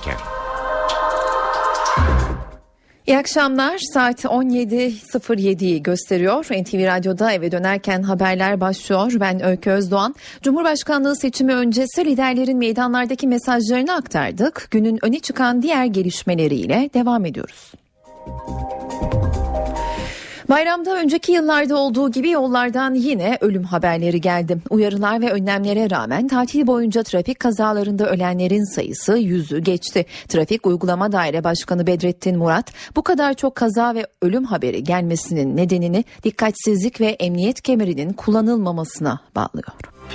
Erken. İyi akşamlar. Saat 17.07'yi gösteriyor. NTV Radyo'da eve dönerken haberler başlıyor. Ben Öykü Özdoğan. Cumhurbaşkanlığı seçimi öncesi liderlerin meydanlardaki mesajlarını aktardık. Günün öne çıkan diğer gelişmeleriyle devam ediyoruz. Bayramda önceki yıllarda olduğu gibi yollardan yine ölüm haberleri geldi. Uyarılar ve önlemlere rağmen tatil boyunca trafik kazalarında ölenlerin sayısı 100'ü geçti. Trafik Uygulama Daire Başkanı Bedrettin Murat bu kadar çok kaza ve ölüm haberi gelmesinin nedenini dikkatsizlik ve emniyet kemerinin kullanılmamasına bağlıyor.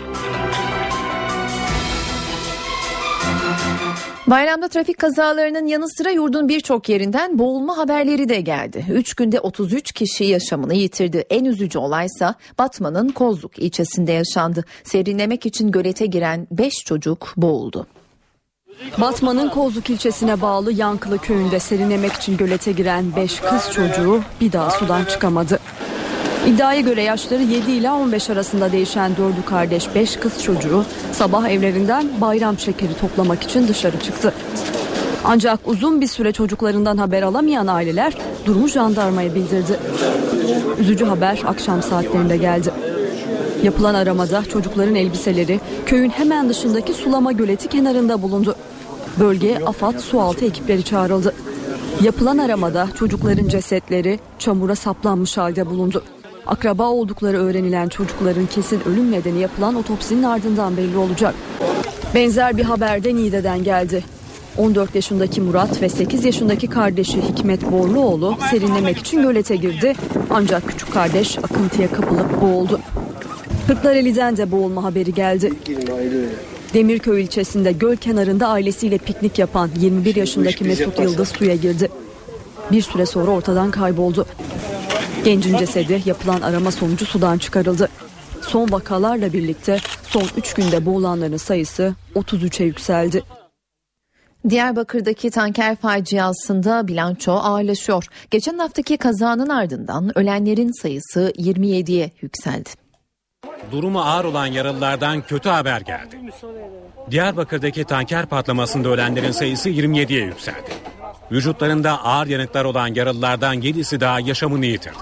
Bayramda trafik kazalarının yanı sıra yurdun birçok yerinden boğulma haberleri de geldi. 3 günde 33 kişi yaşamını yitirdi. En üzücü olaysa Batman'ın Kozluk ilçesinde yaşandı. Serinlemek için gölete giren 5 çocuk boğuldu. Batman'ın Kozluk ilçesine bağlı Yankılı köyünde serinlemek için gölete giren 5 kız çocuğu bir daha sudan çıkamadı. İddiaya göre yaşları 7 ile 15 arasında değişen 4'ü kardeş 5 kız çocuğu sabah evlerinden bayram şekeri toplamak için dışarı çıktı. Ancak uzun bir süre çocuklarından haber alamayan aileler durumu jandarmaya bildirdi. Üzücü haber akşam saatlerinde geldi. Yapılan aramada çocukların elbiseleri köyün hemen dışındaki sulama göleti kenarında bulundu. Bölgeye AFAD sualtı ekipleri çağrıldı. Yapılan aramada çocukların cesetleri çamura saplanmış halde bulundu. Akraba oldukları öğrenilen çocukların kesin ölüm nedeni yapılan otopsinin ardından belli olacak. Benzer bir haber de Niğde'den geldi. 14 yaşındaki Murat ve 8 yaşındaki kardeşi Hikmet Borluoğlu serinlemek için gölete girdi. Ancak küçük kardeş akıntıya kapılıp boğuldu. Kırklareli'den de boğulma haberi geldi. Demirköy ilçesinde göl kenarında ailesiyle piknik yapan 21 yaşındaki Mesut Yıldız suya girdi. Bir süre sonra ortadan kayboldu. Gencin cesedi yapılan arama sonucu sudan çıkarıldı. Son vakalarla birlikte son 3 günde boğulanların sayısı 33'e yükseldi. Diyarbakır'daki tanker faciasında bilanço ağırlaşıyor. Geçen haftaki kazanın ardından ölenlerin sayısı 27'ye yükseldi. Durumu ağır olan yaralılardan kötü haber geldi. Diyarbakır'daki tanker patlamasında ölenlerin sayısı 27'ye yükseldi. Vücutlarında ağır yanıklar olan yaralılardan 7'si daha yaşamını yitirdi.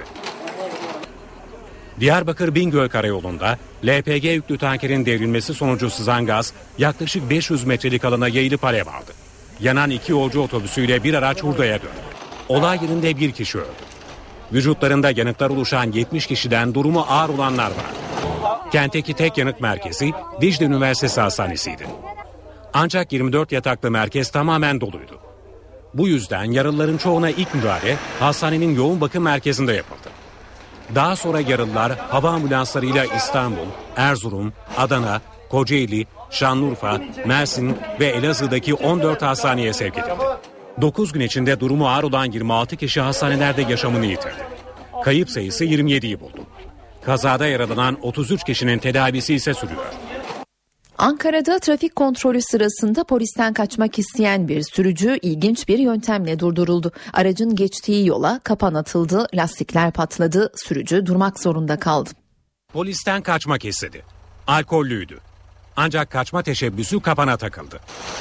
Diyarbakır Bingöl Karayolu'nda LPG yüklü tankerin devrilmesi sonucu sızan gaz yaklaşık 500 metrelik alana yayılıp alev aldı. Yanan 2 yolcu otobüsüyle bir araç hurdaya döndü. Olay yerinde 1 kişi öldü. Vücutlarında yanıklar oluşan 70 kişiden durumu ağır olanlar var. Kentteki tek yanık merkezi Dicle Üniversitesi Hastanesi'ydi. Ancak 24 yataklı merkez tamamen doluydu. Bu yüzden yaralıların çoğuna ilk müdahale hastanenin yoğun bakım merkezinde yapıldı. Daha sonra yaralılar hava ambulanslarıyla İstanbul, Erzurum, Adana, Kocaeli, Şanlıurfa, Mersin ve Elazığ'daki 14 hastaneye sevk edildi. 9 gün içinde durumu ağır olan 26 kişi hastanelerde yaşamını yitirdi. Kayıp sayısı 27'yi buldu. Kazada yaralanan 33 kişinin tedavisi ise sürüyor. Ankara'da trafik kontrolü sırasında polisten kaçmak isteyen bir sürücü ilginç bir yöntemle durduruldu. Aracın geçtiği yola kapan atıldı, lastikler patladı, sürücü durmak zorunda kaldı. Polisten kaçmak istedi. Alkollüydü. Ancak kaçma teşebbüsü kapana takıldı.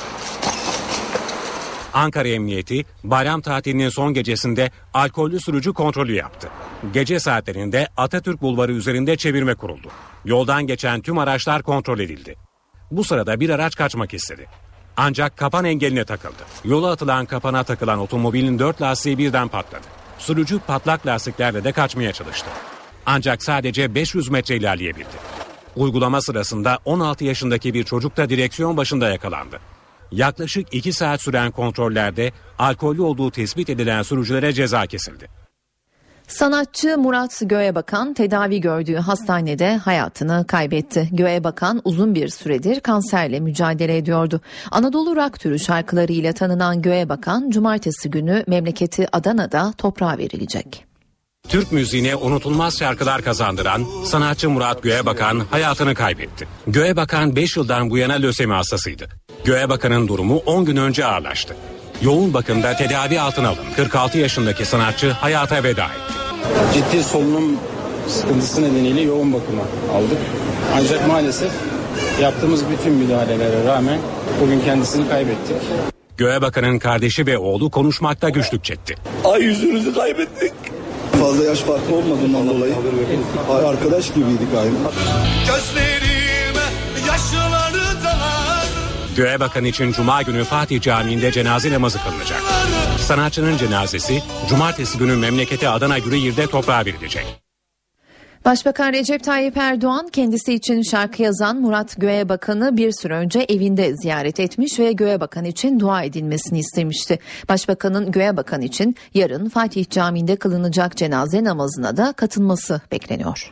Ankara Emniyeti bayram tatilinin son gecesinde alkollü sürücü kontrolü yaptı. Gece saatlerinde Atatürk Bulvarı üzerinde çevirme kuruldu. Yoldan geçen tüm araçlar kontrol edildi. Bu sırada bir araç kaçmak istedi. Ancak kapan engeline takıldı. Yola atılan kapana takılan otomobilin 4 lastiği birden patladı. Sürücü patlak lastiklerle de kaçmaya çalıştı. Ancak sadece 500 metre ilerleyebildi. Uygulama sırasında 16 yaşındaki bir çocuk da direksiyon başında yakalandı. Yaklaşık 2 saat süren kontrollerde alkollü olduğu tespit edilen sürücülere ceza kesildi. Sanatçı Murat Göğebakan tedavi gördüğü hastanede hayatını kaybetti. Göğebakan uzun bir süredir kanserle mücadele ediyordu. Anadolu rock türü şarkılarıyla tanınan Göğebakan cumartesi günü memleketi Adana'da toprağa verilecek. Türk müziğine unutulmaz şarkılar kazandıran sanatçı Murat Göğebakan hayatını kaybetti. Göğebakan 5 yıldan bu yana lösemi hastasıydı. Göğebakan'ın durumu 10 gün önce ağırlaştı. Yoğun bakımda tedavi altına alınan 46 yaşındaki sanatçı hayata veda etti. Ciddi solunum sıkıntısı nedeniyle yoğun bakıma aldık. Ancak maalesef yaptığımız bütün müdahalelere rağmen bugün kendisini kaybettik. Göğebakan'ın kardeşi ve oğlu konuşmakta güçlük çekti. Ay yüzünüzü kaybettik. Fazla yaş farkı olmadığından dolayı arkadaş gibiydik aynı. Gözlerime yaşları dalar. Göğebakan için Cuma günü Fatih Camii'nde cenaze namazı kılınacak. Sanatçının cenazesi Cumartesi günü memleketi Adana Yüreğir'de toprağa verilecek. Başbakan Recep Tayyip Erdoğan kendisi için şarkı yazan Murat Göğebakan'ı bir süre önce evinde ziyaret etmiş ve Göğebakan için dua edilmesini istemişti. Başbakanın Göğebakan için yarın Fatih Camii'nde kılınacak cenaze namazına da katılması bekleniyor.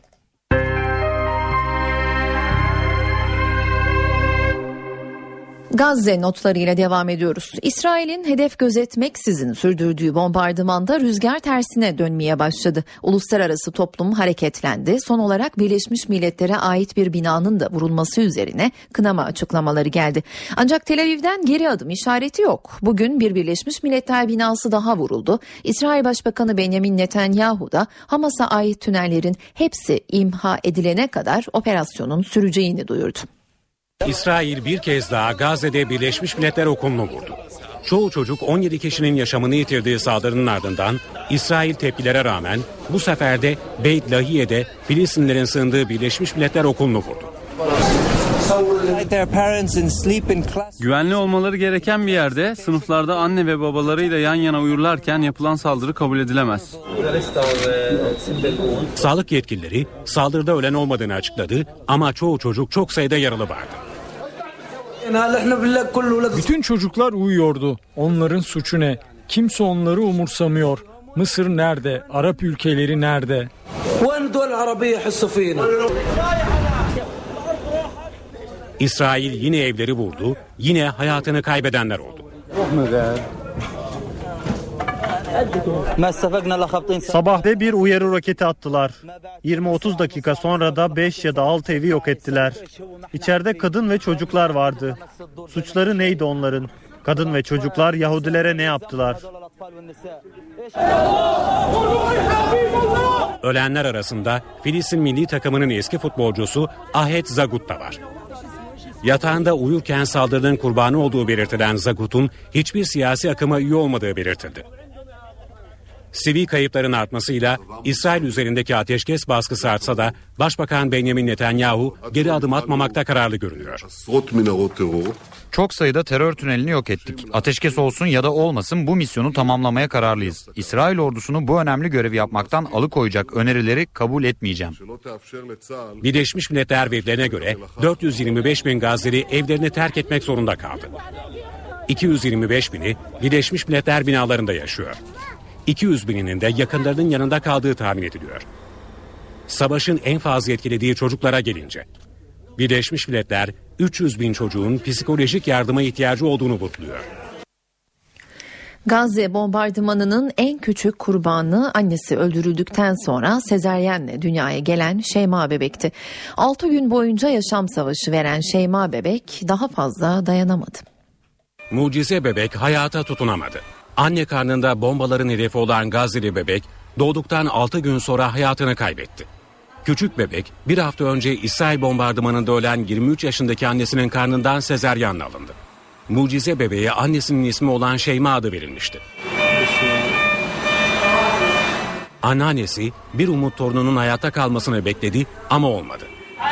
Gazze notlarıyla devam ediyoruz. İsrail'in hedef gözetmeksizin sürdürdüğü bombardımanda rüzgar tersine dönmeye başladı. Uluslararası toplum hareketlendi. Son olarak Birleşmiş Milletler'e ait bir binanın da vurulması üzerine kınama açıklamaları geldi. Ancak Tel Aviv'den geri adım işareti yok. Bugün bir Birleşmiş Milletler binası daha vuruldu. İsrail Başbakanı Benjamin Netanyahu da Hamas'a ait tünellerin hepsi imha edilene kadar operasyonun süreceğini duyurdu. İsrail bir kez daha Gazze'de Birleşmiş Milletler Okulu'nu vurdu. Çoğu çocuk 17 kişinin yaşamını yitirdiği saldırının ardından İsrail tepkilere rağmen bu sefer de Beit Lahiye'de Filistinlilerin sığındığı Birleşmiş Milletler Okulu'nu vurdu. Güvenli olmaları gereken bir yerde sınıflarda anne ve babalarıyla yan yana uyurlarken yapılan saldırı kabul edilemez. Sağlık yetkilileri saldırıda ölen olmadığını açıkladı ama çoğu çocuk çok sayıda yaralı vardı. Bütün çocuklar uyuyordu. Onların suçu ne? Kimse onları umursamıyor. Mısır nerede? Arap ülkeleri nerede? İsrail yine evleri vurdu, yine hayatını kaybedenler oldu. Sabah ve bir uyarı roketi attılar. 20-30 dakika sonra da 5 ya da 6 evi yok ettiler. İçeride kadın ve çocuklar vardı. Suçları neydi onların? Kadın ve çocuklar Yahudilere ne yaptılar? Ölenler arasında Filistin milli takımının eski futbolcusu Ahet Zagut da var. Yatağında uyurken saldırının kurbanı olduğu belirtilen Zagut'un hiçbir siyasi akıma üye olmadığı belirtildi. Sivil kayıpların artmasıyla İsrail üzerindeki ateşkes baskısı artsa da Başbakan Benjamin Netanyahu geri adım atmamakta kararlı görünüyor. Çok sayıda terör tünelini yok ettik. Ateşkes olsun ya da olmasın bu misyonu tamamlamaya kararlıyız. İsrail ordusunu bu önemli görevi yapmaktan alıkoyacak önerileri kabul etmeyeceğim. Birleşmiş Milletler verilerine göre 425 bin Gazze'li evlerini terk etmek zorunda kaldı. 225 bini Birleşmiş Milletler binalarında yaşıyor. 200 bininin de yakınlarının yanında kaldığı tahmin ediliyor. Savaşın en fazla etkilediği çocuklara gelince, Birleşmiş Milletler 300 bin çocuğun psikolojik yardıma ihtiyacı olduğunu vurguluyor. Gazze bombardımanının en küçük kurbanı annesi öldürüldükten sonra sezaryenle dünyaya gelen Şeyma bebekti. 6 gün boyunca yaşam savaşı veren Şeyma bebek daha fazla dayanamadı. Mucize bebek hayata tutunamadı. Anne karnında bombaların hedefi olan Gazze'li bebek doğduktan 6 gün sonra hayatını kaybetti. Küçük bebek bir hafta önce İsrail bombardımanında ölen 23 yaşındaki annesinin karnından sezaryenle alındı. Mucize bebeğe annesinin ismi olan Şeyma adı verilmişti. Anneannesi bir umut torununun hayatta kalmasını bekledi ama olmadı.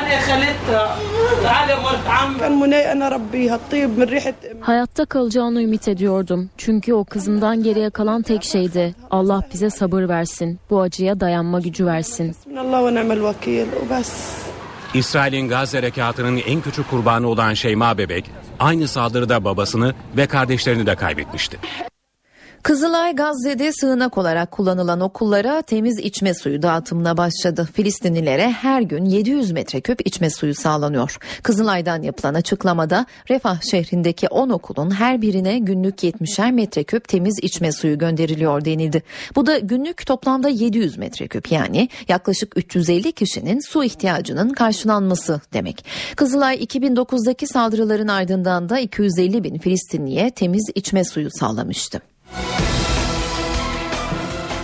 Hayatta kalacağını ümit ediyordum. Çünkü o kızımdan geriye kalan tek şeydi. Allah bize sabır versin. Bu acıya dayanma gücü versin. İsrail'in Gazze harekatının en küçük kurbanı olan Şeyma bebek aynı saldırıda babasını ve kardeşlerini de kaybetmişti. Kızılay Gazze'de sığınak olarak kullanılan okullara temiz içme suyu dağıtımına başladı. Filistinlilere her gün 700 metreküp içme suyu sağlanıyor. Kızılay'dan yapılan açıklamada Refah şehrindeki 10 okulun her birine günlük 70'er metreküp temiz içme suyu gönderiliyor denildi. Bu da günlük toplamda 700 metreküp yani yaklaşık 350 kişinin su ihtiyacının karşılanması demek. Kızılay 2009'daki saldırıların ardından da 250 bin Filistinliye temiz içme suyu sağlamıştı.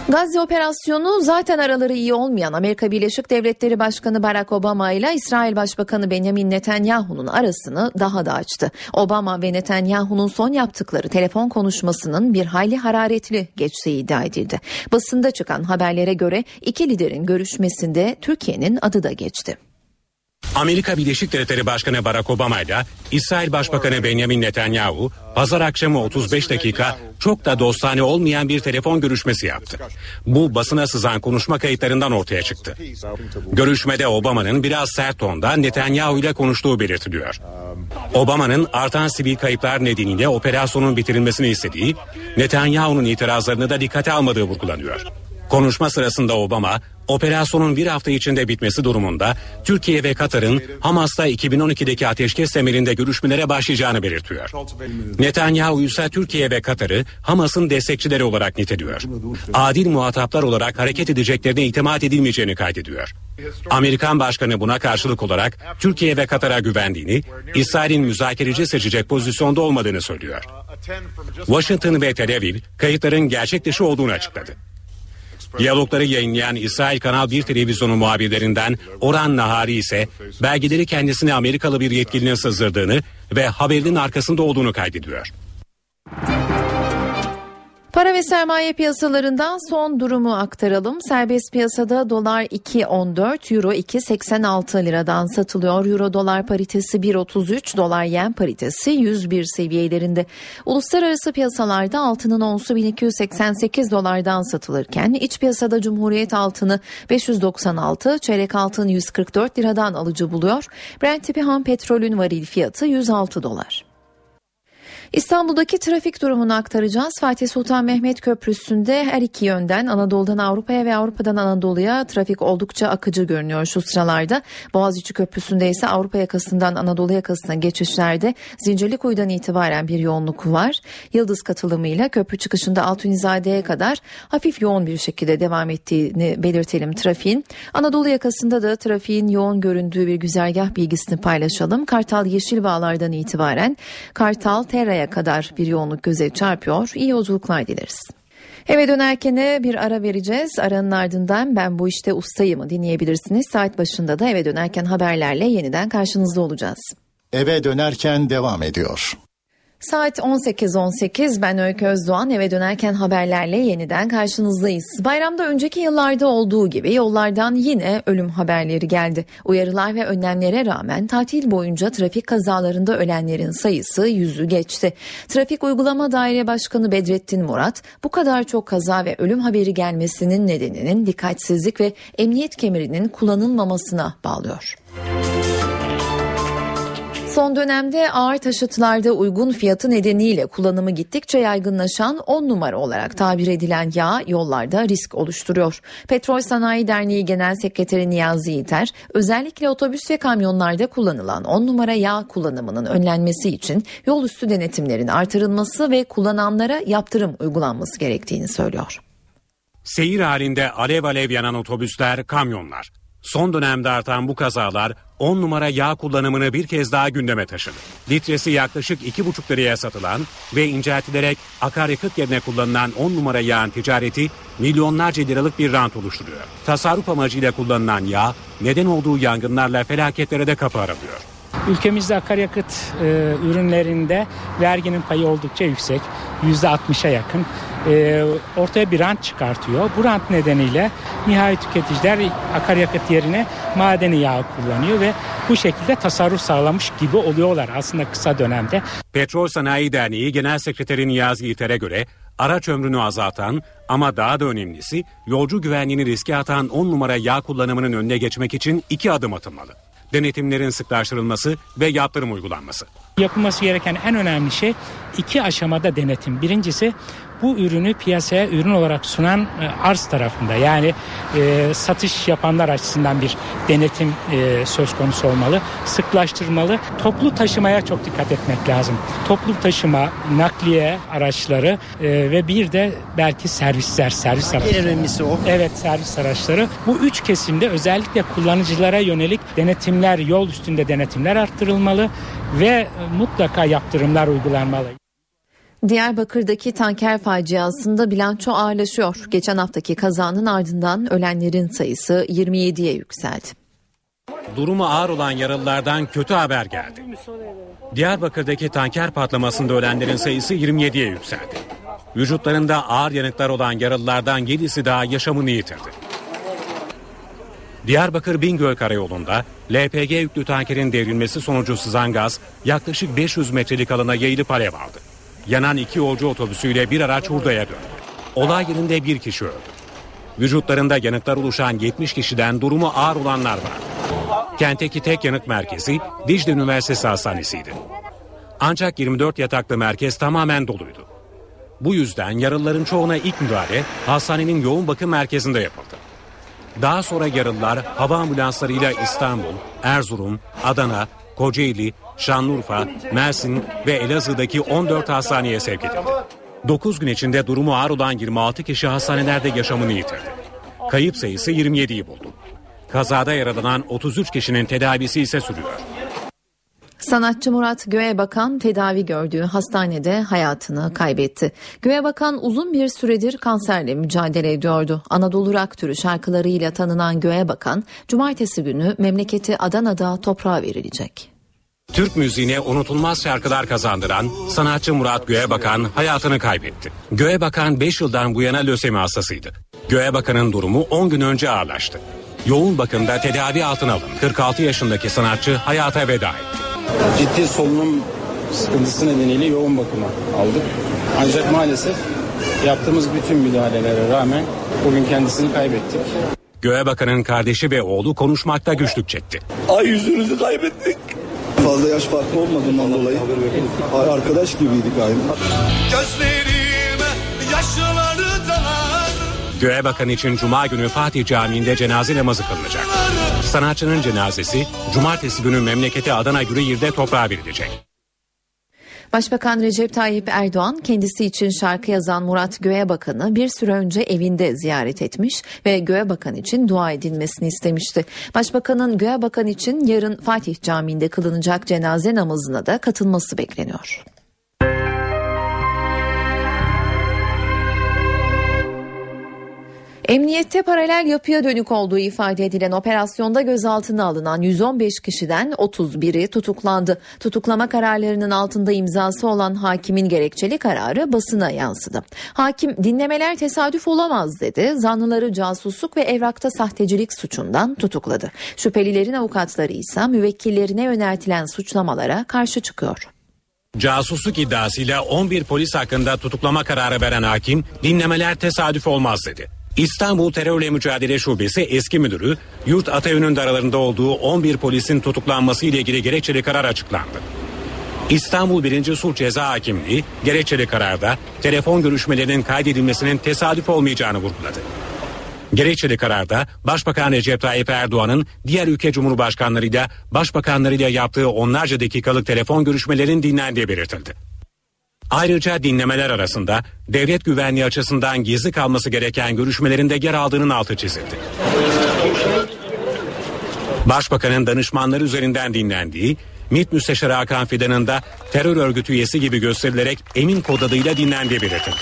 Gazze operasyonu zaten araları iyi olmayan Amerika Birleşik Devletleri Başkanı Barack Obama ile İsrail Başbakanı Benjamin Netanyahu'nun arasını daha da açtı. Obama ve Netanyahu'nun son yaptıkları telefon konuşmasının bir hayli hararetli geçtiği iddia edildi. Basında çıkan haberlere göre iki liderin görüşmesinde Türkiye'nin adı da geçti. Amerika Birleşik Devletleri Başkanı Barack Obama ile İsrail Başbakanı Benjamin Netanyahu pazar akşamı 35 dakika çok da dostane olmayan bir telefon görüşmesi yaptı. Bu basına sızan konuşma kayıtlarından ortaya çıktı. Görüşmede Obama'nın biraz sert tonda Netanyahu ile konuştuğu belirtiliyor. Obama'nın artan sivil kayıplar nedeniyle operasyonun bitirilmesini istediği, Netanyahu'nun itirazlarını da dikkate almadığı vurgulanıyor. Konuşma sırasında Obama, operasyonun bir hafta içinde bitmesi durumunda Türkiye ve Katar'ın Hamas'ta 2012'deki ateşkes temelinde görüşmelere başlayacağını belirtiyor. Netanyahu ise Türkiye ve Katar'ı Hamas'ın destekçileri olarak niteliyor. Adil muhataplar olarak hareket edeceklerine itimat edilmeyeceğini kaydediyor. Amerikan Başkanı buna karşılık olarak Türkiye ve Katar'a güvendiğini, İsrail'in müzakereci seçecek pozisyonda olmadığını söylüyor. Washington ve Tel Aviv kayıtların gerçek dışı olduğunu açıkladı. Diyalogları yayınlayan İsrail Kanal 1 televizyonu muhabirlerinden Oran Nahari ise belgeleri kendisine Amerikalı bir yetkilinin sızdırdığını ve haberinin arkasında olduğunu kaydediyor. Para ve sermaye piyasalarından son durumu aktaralım. Serbest piyasada dolar 2.14, euro 2.86 liradan satılıyor. Euro dolar paritesi 1.33, dolar yen paritesi 101 seviyelerinde. Uluslararası piyasalarda altının onsu 1288 dolardan satılırken iç piyasada Cumhuriyet altını 596, çeyrek altın 144 liradan alıcı buluyor. Brent tipi ham petrolün varil fiyatı 106 dolar. İstanbul'daki trafik durumunu aktaracağız. Fatih Sultan Mehmet Köprüsü'nde her iki yönden Anadolu'dan Avrupa'ya ve Avrupa'dan Anadolu'ya trafik oldukça akıcı görünüyor şu sıralarda. Boğaziçi Köprüsü'nde ise Avrupa yakasından Anadolu yakasına geçişlerde Zincirlikuyu'dan itibaren bir yoğunluk var. Yıldız katılımıyla köprü çıkışında Altunizade'ye kadar hafif yoğun bir şekilde devam ettiğini belirtelim trafiğin. Anadolu yakasında da trafiğin yoğun göründüğü bir güzergah bilgisini paylaşalım. Kartal Yeşilbağlar'dan itibaren Kartal Terra'ya kadar bir yoğunluk göze çarpıyor. İyi yolculuklar dileriz. Eve dönerken bir ara vereceğiz. Aranın ardından Ben Bu İşte Ustayım'ı dinleyebilirsiniz. Saat başında da eve dönerken haberlerle yeniden karşınızda olacağız. Eve dönerken devam ediyor. Saat 18.18, ben Öykü Özdoğan, eve dönerken haberlerle yeniden karşınızdayız. Bayramda önceki yıllarda olduğu gibi yollardan yine ölüm haberleri geldi. Uyarılar ve önlemlere rağmen tatil boyunca trafik kazalarında ölenlerin sayısı 100'ü geçti. Trafik Uygulama Daire Başkanı Bedrettin Murat, bu kadar çok kaza ve ölüm haberi gelmesinin nedeninin dikkatsizlik ve emniyet kemerinin kullanılmamasına bağlıyor. Son dönemde ağır taşıtlarda uygun fiyatı nedeniyle kullanımı gittikçe yaygınlaşan 10 numara olarak tabir edilen yağ yollarda risk oluşturuyor. Petrol Sanayi Derneği Genel Sekreteri Niyazi Yiğiter, özellikle otobüs ve kamyonlarda kullanılan 10 numara yağ kullanımının önlenmesi için yol üstü denetimlerin artırılması ve kullananlara yaptırım uygulanması gerektiğini söylüyor. Seyir halinde alev alev yanan otobüsler, kamyonlar. Son dönemde artan bu kazalar 10 numara yağ kullanımını bir kez daha gündeme taşıdı. Litresi yaklaşık 2,5 liraya satılan ve inceltilerek akaryakıt yerine kullanılan 10 numara yağın ticareti milyonlarca liralık bir rant oluşturuyor. Tasarruf amacıyla kullanılan yağ neden olduğu yangınlarla felaketlere de kapı aralıyor. Ülkemizde akaryakıt ürünlerinde verginin payı oldukça yüksek, %60'a yakın. Ortaya bir rant çıkartıyor. Bu rant nedeniyle nihai tüketiciler akaryakıt yerine madeni yağ kullanıyor ve bu şekilde tasarruf sağlamış gibi oluyorlar aslında kısa dönemde. Petrol Sanayi Derneği Genel Sekreteri Niyazi Yiğiter'e göre araç ömrünü azaltan ama daha da önemlisi yolcu güvenliğini riske atan 10 numara yağ kullanımının önüne geçmek için 2 adım atılmalı. Denetimlerin sıklaştırılması ve yaptırım uygulanması. Yapılması gereken en önemli şey 2 aşamada denetim. Birincisi bu ürünü piyasaya ürün olarak sunan arz tarafında, yani satış yapanlar açısından bir denetim söz konusu olmalı. Sıklaştırmalı. Toplu taşımaya çok dikkat etmek lazım. Toplu taşıma, nakliye araçları ve bir de belki servis araçları. En önemlisi o. Evet, servis araçları. Bu 3 kesimde özellikle kullanıcılara yönelik denetimler, yol üstünde denetimler arttırılmalı ve mutlaka yaptırımlar uygulanmalı. Diyarbakır'daki tanker faciasında bilanço ağırlaşıyor. Geçen haftaki kazanın ardından ölenlerin sayısı 27'ye yükseldi. Durumu ağır olan yaralılardan kötü haber geldi. Diyarbakır'daki tanker patlamasında ölenlerin sayısı 27'ye yükseldi. Vücutlarında ağır yanıklar olan yaralılardan 7'si daha yaşamını yitirdi. Diyarbakır-Bingöl Karayolu'nda LPG yüklü tankerin devrilmesi sonucu sızan gaz yaklaşık 500 metrelik alana yayılıp alev aldı. Yanan 2 yolcu otobüsüyle bir araç hurdaya döndü. Olay yerinde bir kişi öldü. Vücutlarında yanıklar oluşan 70 kişiden durumu ağır olanlar vardı. Kentteki tek yanık merkezi Dicle Üniversitesi Hastanesi'ydi. Ancak 24 yataklı merkez tamamen doluydu. Bu yüzden yaralıların çoğuna ilk müdahale hastanenin yoğun bakım merkezinde yapıldı. Daha sonra yaralılar hava ambulanslarıyla İstanbul, Erzurum, Adana, Kocaeli, Şanlıurfa, Mersin ve Elazığ'daki 14 hastaneye sevk edildi. 9 gün içinde durumu ağır olan 26 kişi hastanelerde yaşamını yitirdi. Kayıp sayısı 27'yi buldu. Kazada yaralanan 33 kişinin tedavisi ise sürüyor. Sanatçı Murat Göğebakan tedavi gördüğü hastanede hayatını kaybetti. Göğebakan uzun bir süredir kanserle mücadele ediyordu. Anadolu rock türü şarkılarıyla tanınan Göğebakan, cumartesi günü memleketi Adana'da toprağa verilecek. Türk müziğine unutulmaz şarkılar kazandıran sanatçı Murat Göğebakan hayatını kaybetti. Göğebakan 5 yıldan bu yana lösemi hastasıydı. Göğebakan'ın durumu 10 gün önce ağırlaştı. Yoğun bakımda tedavi altına alınan 46 yaşındaki sanatçı hayata veda etti. Ciddi solunum sıkıntısı nedeniyle yoğun bakıma aldık. Ancak maalesef yaptığımız bütün müdahalelere rağmen bugün kendisini kaybettik. Göğebakan'ın kardeşi ve oğlu konuşmakta güçlük çekti. Ay yüzünüzü kaybettik. Fazla yaş farkı olmadığından dolayı arkadaş gibiydik aynı. Gözlerime yaşları dalar. Göğebakan için Cuma günü Fatih Camii'nde cenaze namazı kılınacak. Sanatçının cenazesi cumartesi günü memleketi Adana Güreyir'de toprağa verilecek. Başbakan Recep Tayyip Erdoğan kendisi için şarkı yazan Murat Göğebakan'ı bir süre önce evinde ziyaret etmiş ve Göğebakan için dua edilmesini istemişti. Başbakanın Göğebakan için yarın Fatih Camii'nde kılınacak cenaze namazına da katılması bekleniyor. Emniyette paralel yapıya dönük olduğu ifade edilen operasyonda gözaltına alınan 115 kişiden 31'i tutuklandı. Tutuklama kararlarının altında imzası olan hakimin gerekçeli kararı basına yansıdı. Hakim dinlemeler tesadüf olamaz dedi. Zanlıları casusluk ve evrakta sahtecilik suçundan tutukladı. Şüphelilerin avukatları ise müvekkillerine yöneltilen suçlamalara karşı çıkıyor. Casusluk iddiasıyla 11 polis hakkında tutuklama kararı veren hakim dinlemeler tesadüf olmaz dedi. İstanbul Terörle Mücadele Şubesi eski müdürü Yurt Atayönü'nün de aralarında olduğu 11 polisin tutuklanması ile ilgili gerekçeli karar açıklandı. İstanbul 1. Sulh Ceza Hakimliği gerekçeli kararda telefon görüşmelerinin kaydedilmesinin tesadüf olmayacağını vurguladı. Gerekçeli kararda Başbakan Recep Tayyip Erdoğan'ın diğer ülke cumhurbaşkanlarıyla başbakanlarıyla yaptığı onlarca dakikalık telefon görüşmelerinin dinlendiği belirtildi. Ayrıca dinlemeler arasında devlet güvenliği açısından gizli kalması gereken görüşmelerinde yer aldığının altı çizildi. Başbakanın danışmanları üzerinden dinlendiği, MİT Müsteşarı Hakan Fidan'ın da terör örgütü üyesi gibi gösterilerek emin kod adıyla dinlendiği belirtildi.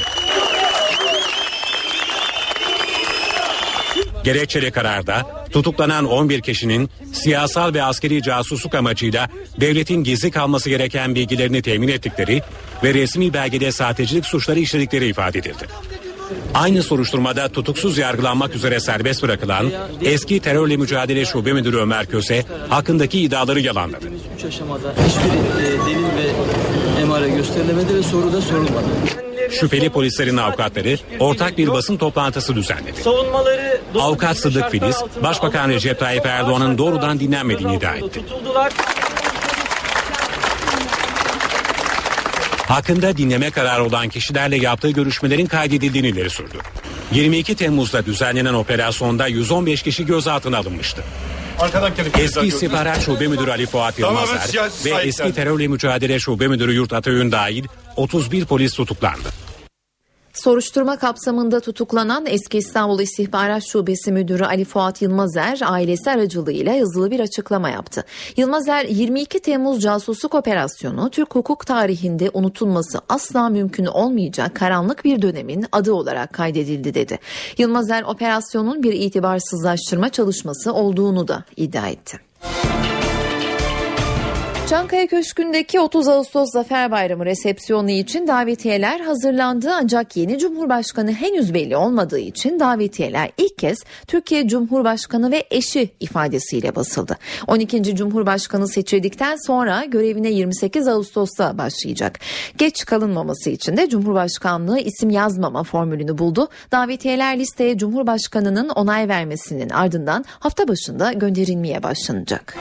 Gerekçeli kararda tutuklanan 11 kişinin siyasal ve askeri casusluk amacıyla devletin gizli kalması gereken bilgilerini temin ettikleri ve resmi belgede sahtecilik suçları işledikleri ifade edildi. Aynı soruşturmada tutuksuz yargılanmak üzere serbest bırakılan eski Terörle Mücadele Şube Müdürü Ömer Köse hakkındaki iddiaları yalanladı. 3 aşamada hiçbir delil ve emare gösterilemedi ve soru da sorulmadı. Şüpheli polislerin avukatları ortak bir basın toplantısı düzenledi. Avukat Sıddık Filiz, Başbakan Recep Tayyip Erdoğan'ın doğrudan dinlenmediğini iddia etti. Hakkında dinleme kararı olan kişilerle yaptığı görüşmelerin kaydedildiğini ileri sürdü. 22 Temmuz'da düzenlenen operasyonda 115 kişi gözaltına alınmıştı. Eski İstihbarat Şube Müdürü Ali Fuat Yılmazer ve eski Terörle Mücadele Şube Müdürü Yurt Atayön dahil 31 polis tutuklandı. Soruşturma kapsamında tutuklanan eski İstanbul İstihbarat Şubesi Müdürü Ali Fuat Yılmazer ailesi aracılığıyla yazılı bir açıklama yaptı. Yılmazer 22 Temmuz casusluk operasyonu Türk hukuk tarihinde unutulması asla mümkün olmayacak karanlık bir dönemin adı olarak kaydedildi dedi. Yılmazer operasyonun bir itibarsızlaştırma çalışması olduğunu da iddia etti. Çankaya Köşkü'ndeki 30 Ağustos Zafer Bayramı resepsiyonu için davetiyeler hazırlandı ancak yeni Cumhurbaşkanı henüz belli olmadığı için davetiyeler ilk kez Türkiye Cumhurbaşkanı ve eşi ifadesiyle basıldı. 12. Cumhurbaşkanı seçildikten sonra görevine 28 Ağustos'ta başlayacak. Geç kalınmaması için de Cumhurbaşkanlığı isim yazmama formülünü buldu. Davetiyeler listeye Cumhurbaşkanı'nın onay vermesinin ardından hafta başında gönderilmeye başlanacak.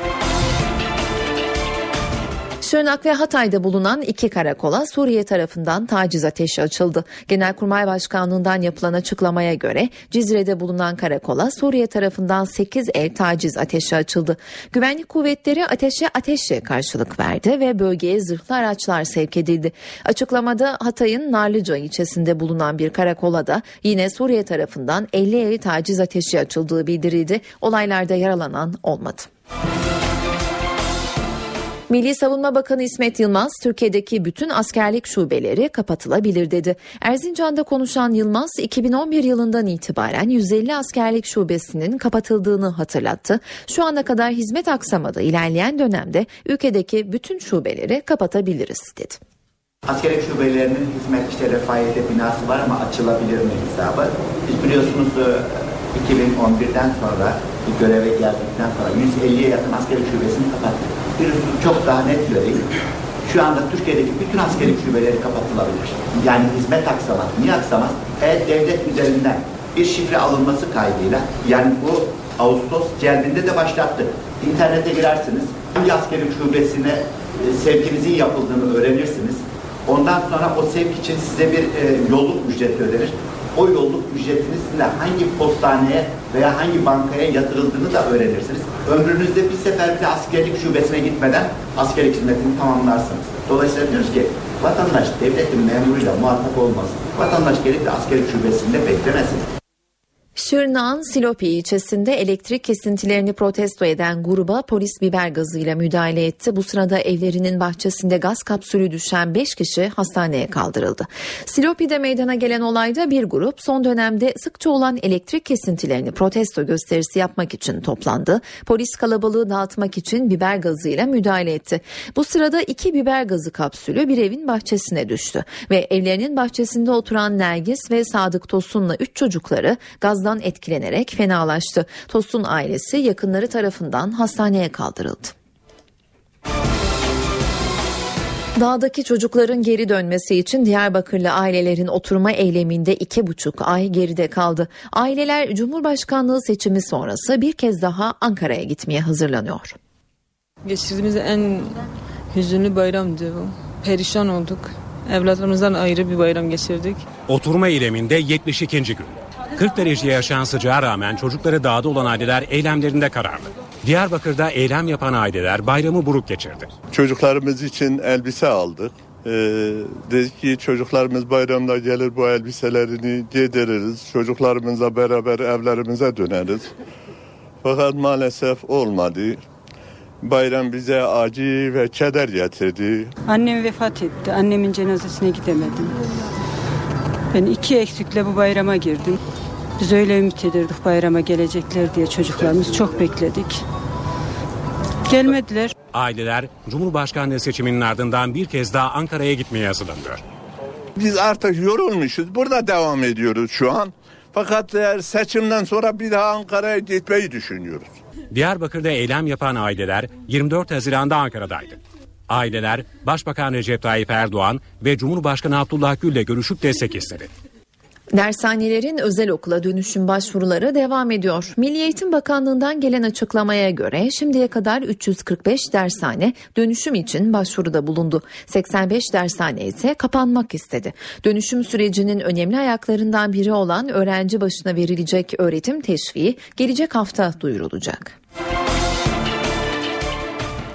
Şırnak ve Hatay'da bulunan 2 karakola Suriye tarafından taciz ateşi açıldı. Genelkurmay Başkanlığı'ndan yapılan açıklamaya göre Cizre'de bulunan karakola Suriye tarafından 8 el taciz ateşi açıldı. Güvenlik kuvvetleri ateşe karşılık verdi ve bölgeye zırhlı araçlar sevk edildi. Açıklamada Hatay'ın Narlıca ilçesinde bulunan bir karakola da yine Suriye tarafından 50 el taciz ateşi açıldığı bildirildi. Olaylarda yaralanan olmadı. Milli Savunma Bakanı İsmet Yılmaz, Türkiye'deki bütün askerlik şubeleri kapatılabilir dedi. Erzincan'da konuşan Yılmaz, 2011 yılından itibaren 150 askerlik şubesinin kapatıldığını hatırlattı. Şu ana kadar hizmet aksamadı. İlerleyen dönemde ülkedeki bütün şubeleri kapatabiliriz dedi. Askerlik şubelerinin hizmet işte refahiyete binası var ama açılabilir mi hesabı? Biz biliyorsunuz 2011'den sonra bir göreve geldikten sonra 150'ye yakın askerlik şubesini kapattık. Çok daha net söyleyeyim. Şu anda Türkiye'deki bütün askerlik şubeleri kapatılabilir. Yani hizmet aksamaz. Niye aksamaz? Devlet üzerinden bir şifre alınması kaydıyla, yani bu Ağustos celbinde de başlattık. İnternete girersiniz, hangi askerlik şubesine sevkinizin yapıldığını öğrenirsiniz. Ondan sonra o sevk için size bir yolluk ücreti ödenir. O yolluk ücretinizle hangi postaneye veya hangi bankaya yatırıldığını da öğrenirsiniz. Ömrünüzde bir sefer bile askerlik şubesine gitmeden askerlik hizmetini tamamlarsınız. Dolayısıyla diyoruz ki vatandaş devletin memuruyla muhatap olmasın. Vatandaş gelip de askerlik şubesinde beklemesin. Şırnak'ın Silopi ilçesinde elektrik kesintilerini protesto eden gruba polis biber gazıyla müdahale etti. Bu sırada evlerinin bahçesinde gaz kapsülü düşen 5 kişi hastaneye kaldırıldı. Silopi'de meydana gelen olayda bir grup son dönemde sıkça olan elektrik kesintilerini protesto gösterisi yapmak için toplandı. Polis kalabalığı dağıtmak için biber gazıyla müdahale etti. Bu sırada 2 biber gazı kapsülü bir evin bahçesine düştü ve evlerinin bahçesinde oturan Nergis ve Sadık Tosun'la 3 çocukları gazdan etkilenerek fenalaştı. Tosun ailesi yakınları tarafından hastaneye kaldırıldı. Dağdaki çocukların geri dönmesi için Diyarbakırlı ailelerin oturma eyleminde 2,5 ay geride kaldı. Aileler Cumhurbaşkanlığı seçimi sonrası bir kez daha Ankara'ya gitmeye hazırlanıyor. Geçirdiğimiz en hüzünlü bayramdı bu. Perişan olduk. Evlatlarımızdan ayrı bir bayram geçirdik. Oturma eyleminde 72. gün. 40 dereceye yaşayan sıcağa rağmen çocukları dağda olan aileler eylemlerinde kararlı. Diyarbakır'da eylem yapan aileler bayramı buruk geçirdi. Çocuklarımız için elbise aldık. Dedik ki çocuklarımız bayramda gelir bu elbiselerini giydiririz. Çocuklarımızla beraber evlerimize döneriz. Fakat maalesef olmadı. Bayram bize acı ve keder getirdi. Annem vefat etti. Annemin cenazesine gidemedim. Ben 2 eksikle bu bayrama girdim. Biz öyle ümit ederdik bayrama gelecekler diye, çocuklarımız çok bekledik. Gelmediler. Aileler Cumhurbaşkanlığı seçiminin ardından bir kez daha Ankara'ya gitmeye hazırlanıyor. Biz artık yorulmuşuz. Burada devam ediyoruz şu an. Fakat seçimden sonra bir daha Ankara'ya gitmeyi düşünüyoruz. Diyarbakır'da eylem yapan aileler 24 Haziran'da Ankara'daydı. Aileler Başbakan Recep Tayyip Erdoğan ve Cumhurbaşkanı Abdullah Gül'le görüşüp destek istedi. Dershanelerin özel okula dönüşüm başvuruları devam ediyor. Milli Eğitim Bakanlığı'ndan gelen açıklamaya göre şimdiye kadar 345 dershane dönüşüm için başvuruda bulundu. 85 dershane ise kapanmak istedi. Dönüşüm sürecinin önemli ayaklarından biri olan öğrenci başına verilecek öğretim teşviği gelecek hafta duyurulacak.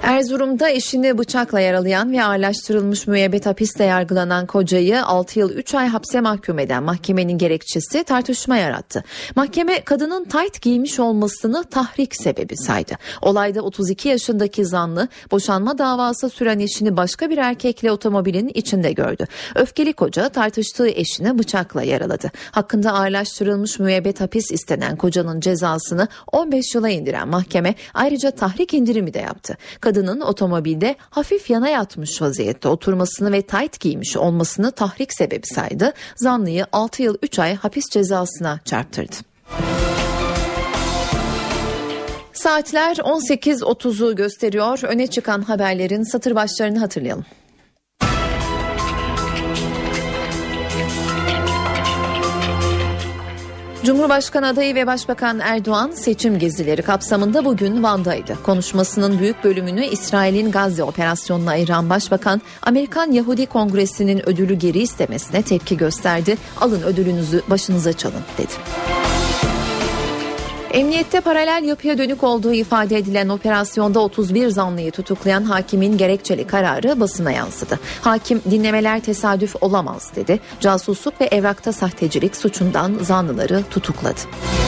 Erzurum'da eşini bıçakla yaralayan ve ağırlaştırılmış müebbet hapiste yargılanan kocayı 6 yıl 3 ay hapse mahkum eden mahkemenin gerekçesi tartışma yarattı. Mahkeme kadının tayt giymiş olmasını tahrik sebebi saydı. Olayda 32 yaşındaki zanlı boşanma davası süren eşini başka bir erkekle otomobilin içinde gördü. Öfkeli koca tartıştığı eşini bıçakla yaraladı. Hakkında ağırlaştırılmış müebbet hapis istenen kocanın cezasını 15 yıla indiren mahkeme ayrıca tahrik indirimi de yaptı. Kadının otomobilde hafif yana yatmış vaziyette oturmasını ve tayt giymiş olmasını tahrik sebebi saydı. Zanlıyı 6 yıl 3 ay hapis cezasına çarptırdı. Saatler 18.30'u gösteriyor. Öne çıkan haberlerin satır başlarını hatırlayalım. Cumhurbaşkanı adayı ve Başbakan Erdoğan seçim gezileri kapsamında bugün Van'daydı. Konuşmasının büyük bölümünü İsrail'in Gazze operasyonuna ayıran Başbakan, Amerikan Yahudi Kongresi'nin ödülü geri istemesine tepki gösterdi. Alın ödülünüzü başınıza çalın dedi. Emniyette paralel yapıya dönük olduğu ifade edilen operasyonda 31 zanlıyı tutuklayan hakimin gerekçeli kararı basına yansıdı. Hakim dinlemeler tesadüf olamaz dedi. Casusluk ve evrakta sahtecilik suçundan zanlıları tutukladı.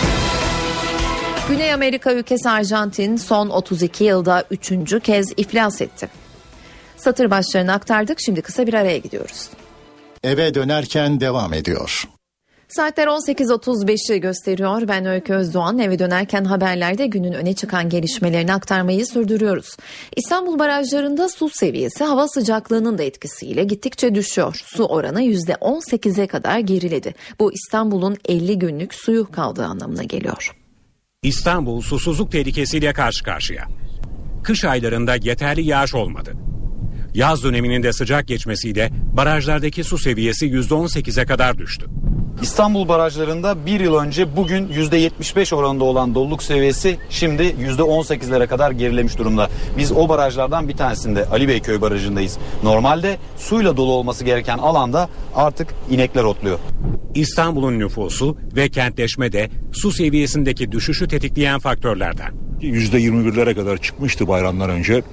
Güney Amerika ülkesi Arjantin son 32 yılda 3. kez iflas etti. Satır başlarını aktardık, şimdi kısa bir araya gidiyoruz. Eve dönerken devam ediyor. Saatler 18.35'i gösteriyor. Ben Öykü Özdoğan. Eve dönerken haberlerde günün öne çıkan gelişmelerini aktarmayı sürdürüyoruz. İstanbul barajlarında su seviyesi hava sıcaklığının da etkisiyle gittikçe düşüyor. Su oranı %18'e kadar geriledi. Bu İstanbul'un 50 günlük suyu kaldığı anlamına geliyor. İstanbul susuzluk tehlikesiyle karşı karşıya. Kış aylarında yeterli yağış olmadı. Yaz döneminin de sıcak geçmesiyle barajlardaki su seviyesi %18'e kadar düştü. İstanbul barajlarında bir yıl önce bugün %75 oranında olan doluluk seviyesi şimdi %18'lere kadar gerilemiş durumda. Biz o barajlardan bir tanesinde Ali Beyköy Barajı'ndayız. Normalde suyla dolu olması gereken alanda artık inekler otluyor. İstanbul'un nüfusu ve kentleşme de su seviyesindeki düşüşü tetikleyen faktörlerden. %21'lere kadar çıkmıştı bayramdan önce.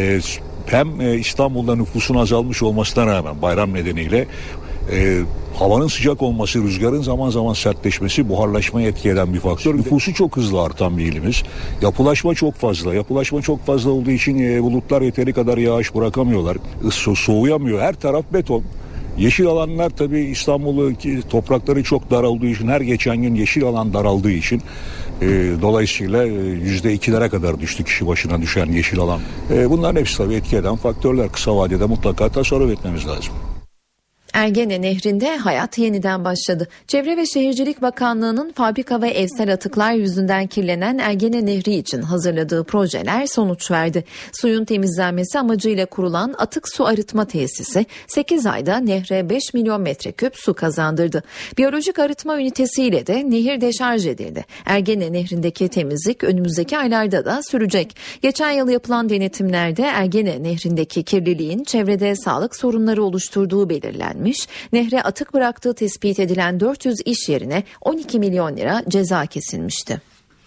Hem İstanbul'da nüfusun azalmış olmasına rağmen bayram nedeniyle havanın sıcak olması, rüzgarın zaman zaman sertleşmesi buharlaşmaya etki eden bir faktör. Nüfusu çok hızlı artan bir ilimiz. Yapılaşma çok fazla. Yapılaşma çok fazla olduğu için bulutlar yeteri kadar yağış bırakamıyorlar. Soğuyamıyor. Her taraf beton. Yeşil alanlar tabii İstanbul'u toprakları çok dar olduğu için her geçen gün yeşil alan daraldığı için dolayısıyla %2'lere kadar düştü kişi başına düşen yeşil alan. Bunların hepsi tabii etki eden faktörler. Kısa vadede mutlaka tasarruf etmemiz lazım. Ergene Nehri'nde hayat yeniden başladı. Çevre ve Şehircilik Bakanlığı'nın fabrika ve evsel atıklar yüzünden kirlenen Ergene Nehri için hazırladığı projeler sonuç verdi. Suyun temizlenmesi amacıyla kurulan atık su arıtma tesisi 8 ayda nehre 5 milyon metreküp su kazandırdı. Biyolojik arıtma ünitesiyle de nehir deşarj edildi. Ergene Nehri'ndeki temizlik önümüzdeki aylarda da sürecek. Geçen yıl yapılan denetimlerde Ergene Nehri'ndeki kirliliğin çevrede sağlık sorunları oluşturduğu belirlendi. Nehre atık bıraktığı tespit edilen 400 iş yerine 12 milyon lira ceza kesilmişti.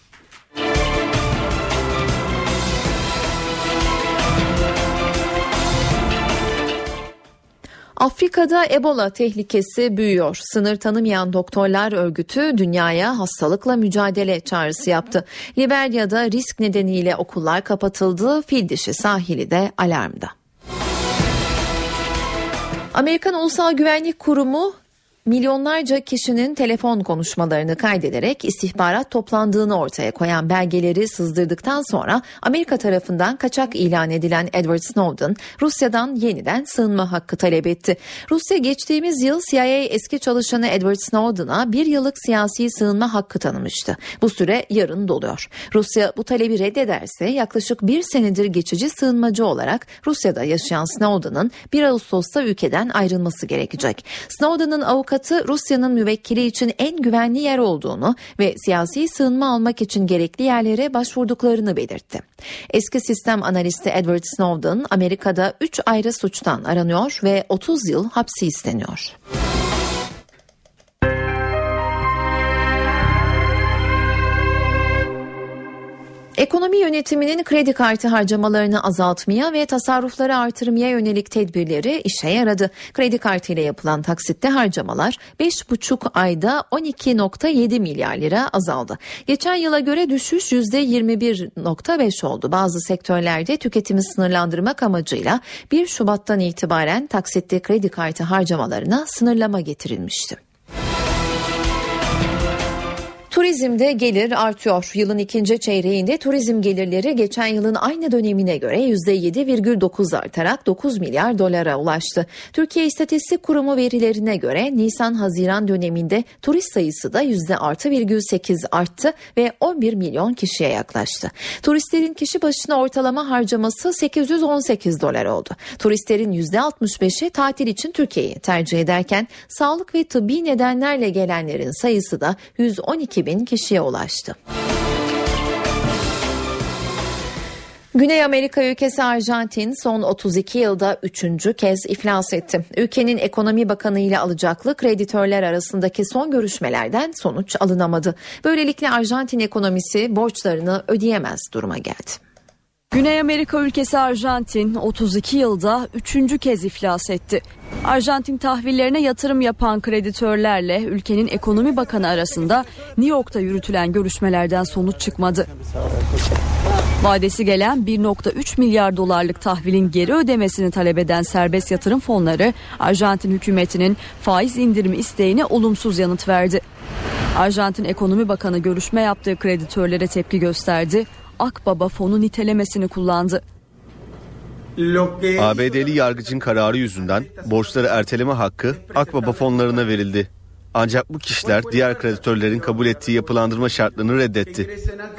Afrika'da Ebola tehlikesi büyüyor. Sınır tanımayan doktorlar örgütü dünyaya hastalıkla mücadele çağrısı yaptı. Liberya'da risk nedeniyle okullar kapatıldı. Fil dişi sahili de alarmda. Amerikan Ulusal Güvenlik Kurumu milyonlarca kişinin telefon konuşmalarını kaydederek istihbarat toplandığını ortaya koyan belgeleri sızdırdıktan sonra Amerika tarafından kaçak ilan edilen Edward Snowden, Rusya'dan yeniden sığınma hakkı talep etti. Rusya geçtiğimiz yıl CIA eski çalışanı Edward Snowden'a 1 yıllık siyasi sığınma hakkı tanımıştı. Bu süre yarın doluyor. Rusya bu talebi reddederse yaklaşık 1 senedir geçici sığınmacı olarak Rusya'da yaşayan Snowden'ın 1 Ağustos'ta ülkeden ayrılması gerekecek. Snowden'ın avukatı Rusya'nın müvekkili için en güvenli yer olduğunu ve siyasi sığınma almak için gerekli yerlere başvurduklarını belirtti. Eski sistem analisti Edward Snowden Amerika'da 3 ayrı suçtan aranıyor ve 30 yıl hapsi isteniyor. Ekonomi yönetiminin kredi kartı harcamalarını azaltmaya ve tasarrufları artırmaya yönelik tedbirleri işe yaradı. Kredi kartı ile yapılan taksitte harcamalar 5,5 ayda 12,7 milyar lira azaldı. Geçen yıla göre düşüş %21,5 oldu. Bazı sektörlerde tüketimi sınırlandırmak amacıyla 1 Şubat'tan itibaren taksitte kredi kartı harcamalarına sınırlama getirilmişti. Turizmde gelir artıyor. Yılın ikinci çeyreğinde turizm gelirleri geçen yılın aynı dönemine göre %7,9 artarak 9 milyar dolara ulaştı. Türkiye İstatistik Kurumu verilerine göre Nisan-Haziran döneminde turist sayısı da %+8 arttı ve 11 milyon kişiye yaklaştı. Turistlerin kişi başına ortalama harcaması 818 dolar oldu. Turistlerin %65'i tatil için Türkiye'yi tercih ederken sağlık ve tıbbi nedenlerle gelenlerin sayısı da 112 bin kişiye ulaştı. Güney Amerika ülkesi Arjantin son 32 yılda 3. kez iflas etti. Ülkenin ekonomi bakanı ile alacaklı kreditörler arasındaki son görüşmelerden sonuç alınamadı. Böylelikle Arjantin ekonomisi borçlarını ödeyemez duruma geldi. Güney Amerika ülkesi Arjantin 32 yılda 3. kez iflas etti. Arjantin tahvillerine yatırım yapan kreditörlerle ülkenin ekonomi bakanı arasında New York'ta yürütülen görüşmelerden sonuç çıkmadı. Vadesi gelen 1,3 milyar dolarlık tahvilin geri ödemesini talep eden serbest yatırım fonları Arjantin hükümetinin faiz indirimi isteğine olumsuz yanıt verdi. Arjantin Ekonomi Bakanı görüşme yaptığı kreditörlere tepki gösterdi. Akbaba fonu nitelemesini kullandı. ABD'li yargıcın kararı yüzünden borçları erteleme hakkı Akbaba fonlarına verildi. Ancak bu kişiler diğer kreditörlerin kabul ettiği yapılandırma şartlarını reddetti.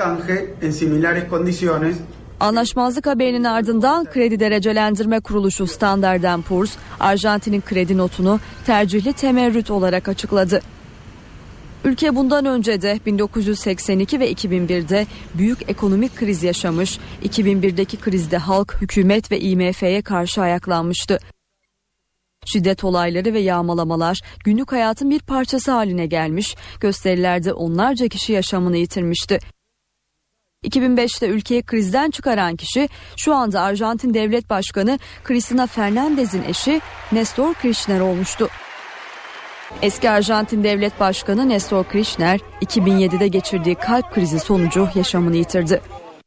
Anlaşmazlık haberinin ardından Kredi Derecelendirme Kuruluşu Standard & Poor's, Arjantin'in kredi notunu tercihli temerrüt olarak açıkladı. Ülke bundan önce de 1982 ve 2001'de büyük ekonomik kriz yaşamış, 2001'deki krizde halk, hükümet ve IMF'ye karşı ayaklanmıştı. Şiddet olayları ve yağmalamalar günlük hayatın bir parçası haline gelmiş, gösterilerde onlarca kişi yaşamını yitirmişti. 2005'te ülkeyi krizden çıkaran kişi şu anda Arjantin Devlet Başkanı Cristina Fernandez'in eşi Néstor Kirchner olmuştu. Eski Arjantin Devlet Başkanı Néstor Kirchner 2007'de geçirdiği kalp krizi sonucu yaşamını yitirdi.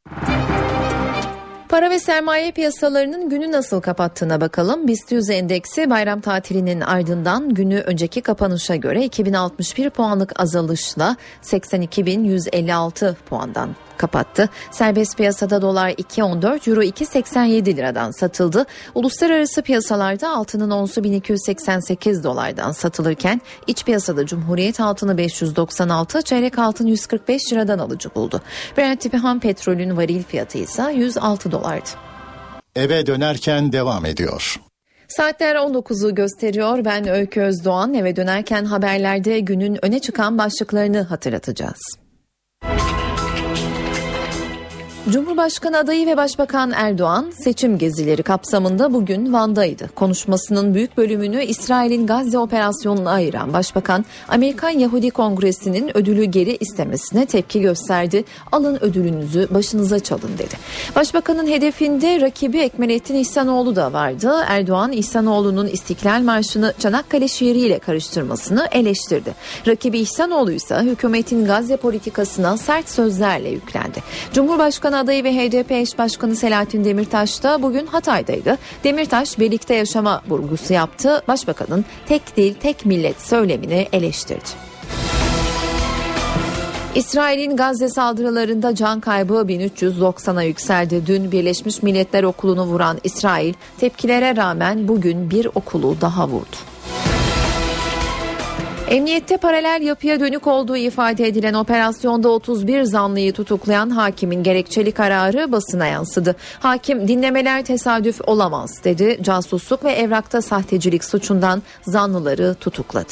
Para ve sermaye piyasalarının günü nasıl kapattığına bakalım. BIST 100 endeksi bayram tatilinin ardından günü önceki kapanışa göre 2061 puanlık azalışla 82.156 puandan kapattı. Serbest piyasada dolar 2.14, euro 2.87 liradan satıldı. Uluslararası piyasalarda altının onsu 1288 dolardan satılırken iç piyasada Cumhuriyet altını 596, çeyrek altın 145 liradan alıcı buldu. Brent tipi ham petrolün varil fiyatı ise 106 dolardı. Eve dönerken devam ediyor. Saatler 19'u gösteriyor. Ben Öykü Özdoğan. Eve dönerken haberlerde günün öne çıkan başlıklarını hatırlatacağız. Cumhurbaşkanı adayı ve Başbakan Erdoğan seçim gezileri kapsamında bugün Van'daydı. Konuşmasının büyük bölümünü İsrail'in Gazze operasyonuna ayıran Başbakan, Amerikan Yahudi Kongresi'nin ödülü geri istemesine tepki gösterdi. Alın ödülünüzü başınıza çalın dedi. Başbakanın hedefinde rakibi Ekmelettin İhsanoğlu da vardı. Erdoğan, İhsanoğlu'nun İstiklal Marşı'nı Çanakkale şiiriyle karıştırmasını eleştirdi. Rakibi İhsanoğlu ise hükümetin Gazze politikasına sert sözlerle yüklendi. Cumhurbaşkanı adayı ve HDP eş başkanı Selahattin Demirtaş da bugün Hatay'daydı. Demirtaş birlikte yaşama vurgusu yaptı. Başbakanın tek dil, tek millet söylemini eleştirdi. İsrail'in Gazze saldırılarında can kaybı 1390'a yükseldi. Dün Birleşmiş Milletler Okulu'nu vuran İsrail tepkilere rağmen bugün bir okulu daha vurdu. Emniyette paralel yapıya dönük olduğu ifade edilen operasyonda 31 zanlıyı tutuklayan hakimin gerekçeli kararı basına yansıdı. Hakim dinlemeler tesadüf olamaz dedi. Casusluk ve evrakta sahtecilik suçundan zanlıları tutukladı.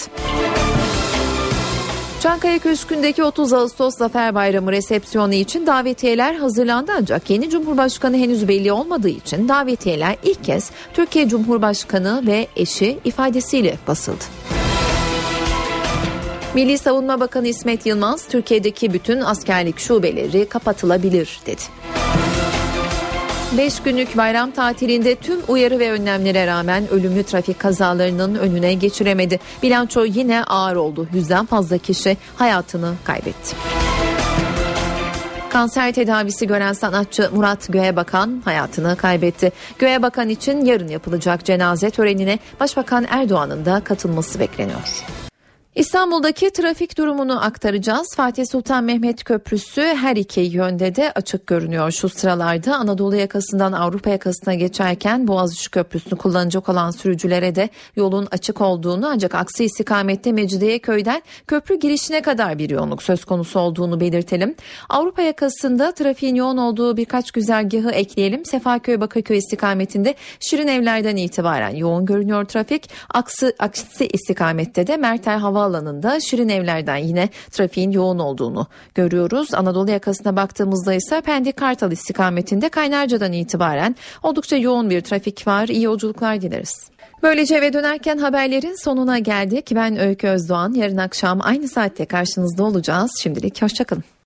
Çankaya Köşkü'ndeki 30 Ağustos Zafer Bayramı resepsiyonu için davetiyeler hazırlandı ancak yeni Cumhurbaşkanı henüz belli olmadığı için davetiyeler ilk kez Türkiye Cumhurbaşkanı ve eşi ifadesiyle basıldı. Milli Savunma Bakanı İsmet Yılmaz, Türkiye'deki bütün askerlik şubeleri kapatılabilir dedi. 5 günlük bayram tatilinde tüm uyarı ve önlemlere rağmen ölümlü trafik kazalarının önüne geçiremedi. Bilanço yine ağır oldu. 100'den fazla kişi hayatını kaybetti. Kanser tedavisi gören sanatçı Murat Göğebakan hayatını kaybetti. Göğebakan için yarın yapılacak cenaze törenine Başbakan Erdoğan'ın da katılması bekleniyor. İstanbul'daki trafik durumunu aktaracağız. Fatih Sultan Mehmet Köprüsü her iki yönde de açık görünüyor. Şu sıralarda Anadolu yakasından Avrupa yakasına geçerken Boğaziçi Köprüsü'nü kullanacak olan sürücülere de yolun açık olduğunu, ancak aksi istikamette Mecidiyeköy'den köprü girişine kadar bir yoğunluk söz konusu olduğunu belirtelim. Avrupa yakasında trafiğin yoğun olduğu birkaç güzergahı ekleyelim. Sefaköy Bakırköy istikametinde Şirinevler'den itibaren yoğun görünüyor trafik. Aksi istikamette de Merter Havaalanı'nda Şirinevler'den yine trafiğin yoğun olduğunu görüyoruz. Anadolu yakasına baktığımızda ise Pendik Kartal istikametinde Kaynarca'dan itibaren oldukça yoğun bir trafik var. İyi yolculuklar dileriz. Böylece eve dönerken haberlerin sonuna geldik. Ben Öykü Özdoğan. Yarın akşam aynı saatte karşınızda olacağız. Şimdilik hoşçakalın.